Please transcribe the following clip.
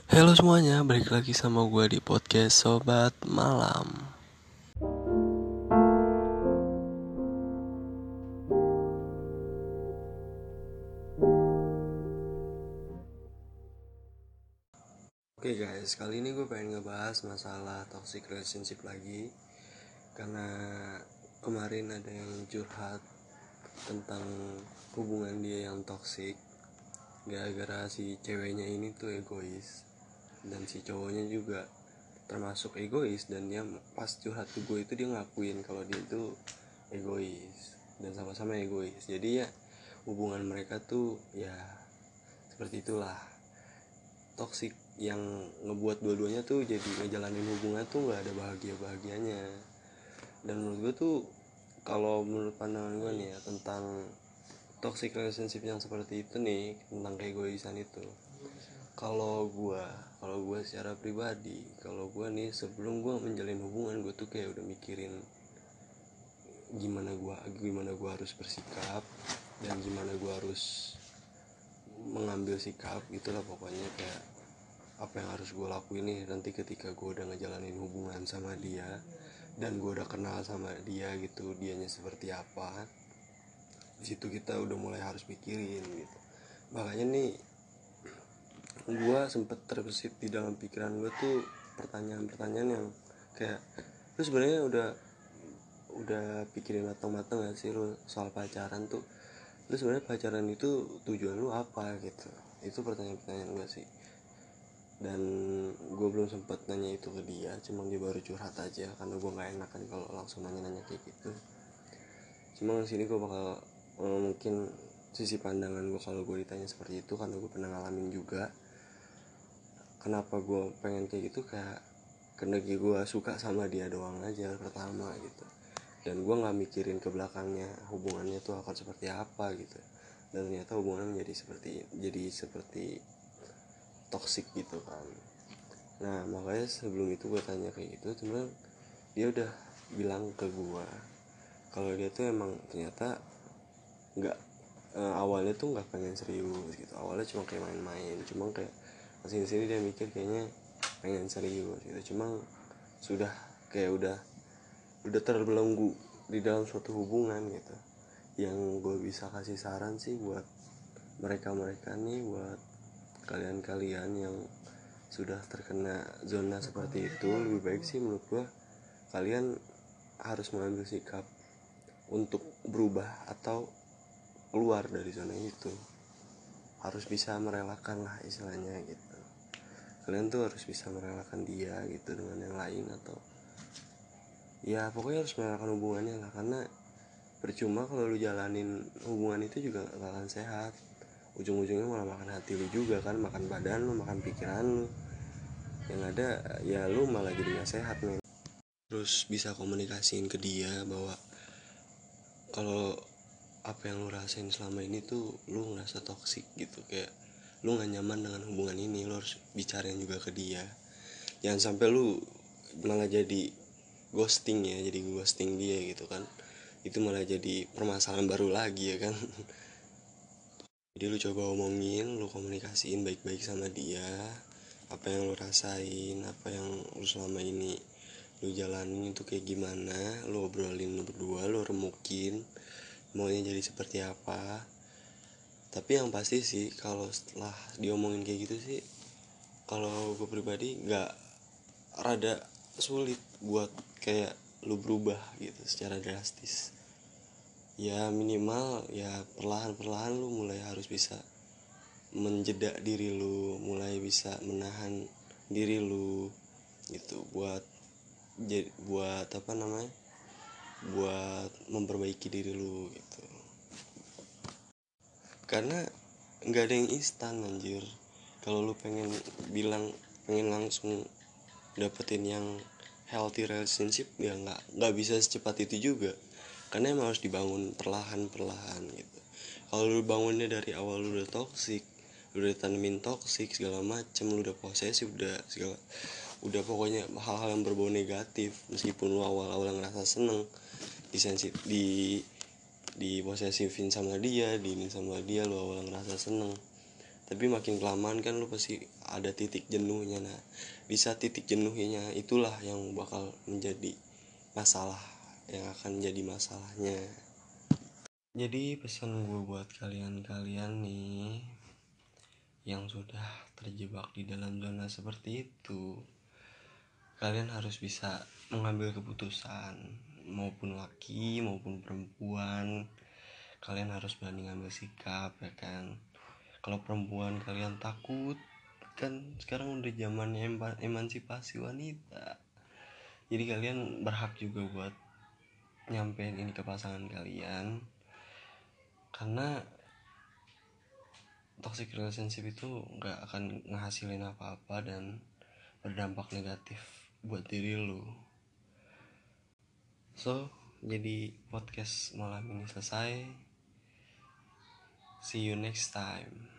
Halo semuanya, balik lagi sama gue di podcast Sobat Malam. Oke guys, kali ini gue pengen ngebahas masalah toxic relationship lagi. Karena kemarin ada yang curhat tentang hubungan dia yang toxic, gara-gara si ceweknya ini tuh egois dan si cowoknya juga termasuk egois. Dan dia pas curhat ke gue itu dia ngakuin kalau dia tuh egois dan sama-sama egois. Jadi ya hubungan mereka tuh ya seperti itulah, toksik yang ngebuat dua-duanya tuh jadi ngejalanin hubungan tuh nggak ada bahagia-bahagianya. Dan menurut gue tuh, kalau menurut pandangan gue nih ya, tentang toxic relationship yang seperti itu nih, tentang keegoisan itu, kalau gue secara pribadi, kalau gue nih sebelum gue menjalin hubungan, gue tuh kayak udah mikirin gimana gue harus bersikap dan gimana gue harus mengambil sikap gitulah. Pokoknya kayak apa yang harus gue lakuin nih nanti ketika gue udah ngejalanin hubungan sama dia dan gue udah kenal sama dia gitu, dianya seperti apa. Di situ kita udah mulai harus mikirin gitu. Makanya nih gue sempet terbesit di dalam pikiran gue tuh pertanyaan-pertanyaan yang kayak, lu sebenarnya udah pikirin matang-matang gak sih lu soal pacaran tuh? Lu sebenarnya pacaran itu tujuan lu apa gitu? Itu pertanyaan-pertanyaan gue sih. Dan gue belum sempat nanya itu ke dia, cuma dia baru curhat aja karena gue nggak enak kan kalau langsung nanya-nanya kayak gitu. Cuma di sini gue bakal mungkin sisi pandangan gue kalau gue ditanya seperti itu, karena gue pernah ngalamin juga. Kenapa gue pengen kayak gitu, kayak karena gue suka sama dia doang aja pertama gitu, dan gue nggak mikirin ke belakangnya hubungannya tuh akan seperti apa gitu. Dan ternyata hubungannya jadi seperti toksik gitu kan. Nah makanya sebelum itu gue tanya kayak gitu, cuman dia udah bilang ke gue kalau dia tuh emang ternyata nggak, awalnya tuh nggak pengen serius gitu. Awalnya cuma kayak main-main, cuma kayak kesini sini dia mikir kayaknya pengen serius gitu. Cuma sudah kayak udah terbelenggu di dalam suatu hubungan gitu. Yang gue bisa kasih saran sih buat mereka-mereka nih, buat kalian-kalian yang sudah terkena zona seperti itu, lebih baik sih menurut gue kalian harus mengambil sikap untuk berubah atau keluar dari zona itu. Harus bisa merelakan lah istilahnya gitu. Kalian tuh harus bisa merelakan dia gitu dengan yang lain, atau ya pokoknya harus merelakan hubungannya lah. Karena percuma kalau lu jalanin hubungan itu juga gak akan sehat. Ujung-ujungnya malah makan hati lu juga kan, makan badan lu, makan pikiran lu. Yang ada ya lu malah jadi gak sehat men. Terus bisa komunikasiin ke dia bahwa kalau apa yang lu rasain selama ini tuh lu ngerasa toksik gitu, kayak lu gak nyaman dengan hubungan ini. Lu harus bicarain juga ke dia. Jangan sampai lu malah jadi ghosting dia gitu kan. Itu malah jadi permasalahan baru lagi ya kan. Jadi lu coba omongin, lu komunikasiin baik-baik sama dia, apa yang lu rasain, apa yang lu selama ini lu jalanin itu kayak gimana. Lu obrolin, lu berdua, lu remukin maunya jadi seperti apa. Tapi yang pasti sih kalau setelah diomongin kayak gitu sih, kalau gue pribadi nggak, rada sulit buat kayak lu berubah gitu secara drastis. Ya minimal ya perlahan-perlahan lu mulai harus bisa menjeda diri lu, mulai bisa menahan diri lu gitu, buat apa namanya, buat memperbaiki diri lu gitu. Karena nggak ada yang instan anjir. Kalau lu pengen langsung dapetin yang healthy relationship, ya nggak bisa secepat itu juga. Karena emang harus dibangun perlahan-perlahan gitu. Kalau lu bangunnya dari awal lu udah toxic, lu udah tanemin toxic segala macem, lu udah posesif, udah pokoknya hal-hal yang berbau negatif, meskipun lu awal-awal ngerasa seneng di posesifin sama dia, diinin sama dia, lu awal ngerasa seneng, Tapi makin kelamaan kan lu pasti ada titik jenuhnya. Nah, bisa titik jenuhnya itulah yang bakal menjadi masalah, yang akan jadi masalahnya. Jadi pesan gue buat kalian-kalian nih yang sudah terjebak di dalam zona seperti itu, kalian harus bisa mengambil keputusan, maupun laki maupun perempuan. Kalian harus berani ngambil sikap, ya kan. Kalau perempuan kalian takut, kan sekarang udah zamannya emansipasi wanita, jadi kalian berhak juga buat nyampein ini ke pasangan kalian. Karena toxic relationship itu nggak akan ngehasilin apa-apa dan berdampak negatif buat diri lu. So, jadi podcast malam ini selesai. See you next time.